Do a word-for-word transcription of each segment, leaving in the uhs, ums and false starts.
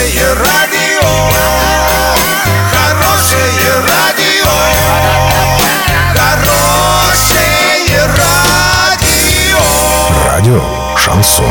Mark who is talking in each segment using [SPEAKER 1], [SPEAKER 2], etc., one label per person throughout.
[SPEAKER 1] Хорошее радио, хорошее радио, хорошее радио.
[SPEAKER 2] Радио Шансон.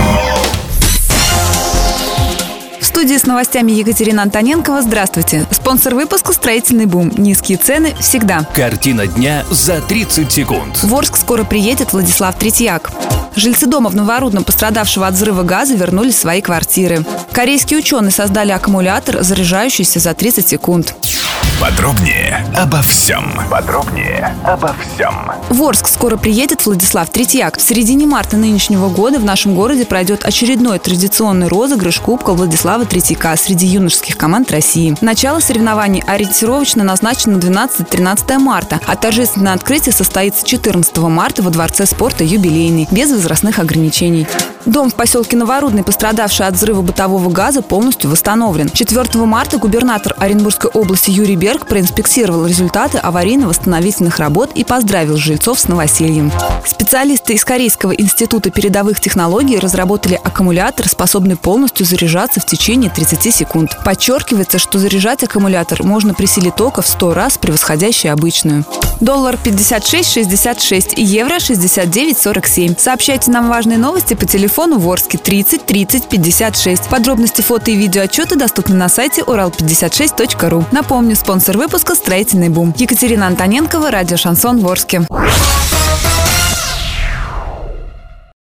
[SPEAKER 3] В студии с новостями Екатерина Антоненкова. Здравствуйте. Спонсор выпуска «Строительный бум». Низкие цены всегда.
[SPEAKER 4] Картина дня за тридцать секунд.
[SPEAKER 3] В Орск скоро приедет Владислав Третьяк. Жильцы дома в Новорудном, пострадавшего от взрыва газа, вернулись в свои квартиры. Корейские ученые создали аккумулятор, заряжающийся за тридцать секунд.
[SPEAKER 2] Подробнее обо всем. Подробнее обо всем.
[SPEAKER 3] В Орск скоро приедет Владислав Третьяк. В середине марта нынешнего года в нашем городе пройдет очередной традиционный розыгрыш Кубка Владислава Третьяка среди юношеских команд России. Начало соревнований ориентировочно назначено на двенадцатое-тринадцатое марта, а торжественное открытие состоится четырнадцатого марта во Дворце спорта «Юбилейный», без возрастных ограничений. Дом в поселке Новорудный, пострадавший от взрыва бытового газа, полностью восстановлен. четвёртого марта губернатор Оренбургской области Юрий Берг проинспектировал результаты аварийно-восстановительных работ и поздравил жильцов с новосельем. Специалисты из Корейского института передовых технологий разработали аккумулятор, способный полностью заряжаться в течение тридцати секунд. Подчеркивается, что заряжать аккумулятор можно при силе тока в сто раз превосходящей обычную. Доллар пятьдесят шесть шестьдесят шесть, евро шестьдесят девять сорок семь. Сообщайте нам важные новости по телефону в Орске тридцать тридцать пятьдесят шесть. Подробности, фото и видеоотчеты доступны на сайте урал пятьдесят шесть точка ру. Напомню, спонсор выпуска «Строительный бум». Екатерина Антоненкова, радио «Шансон» в Орске.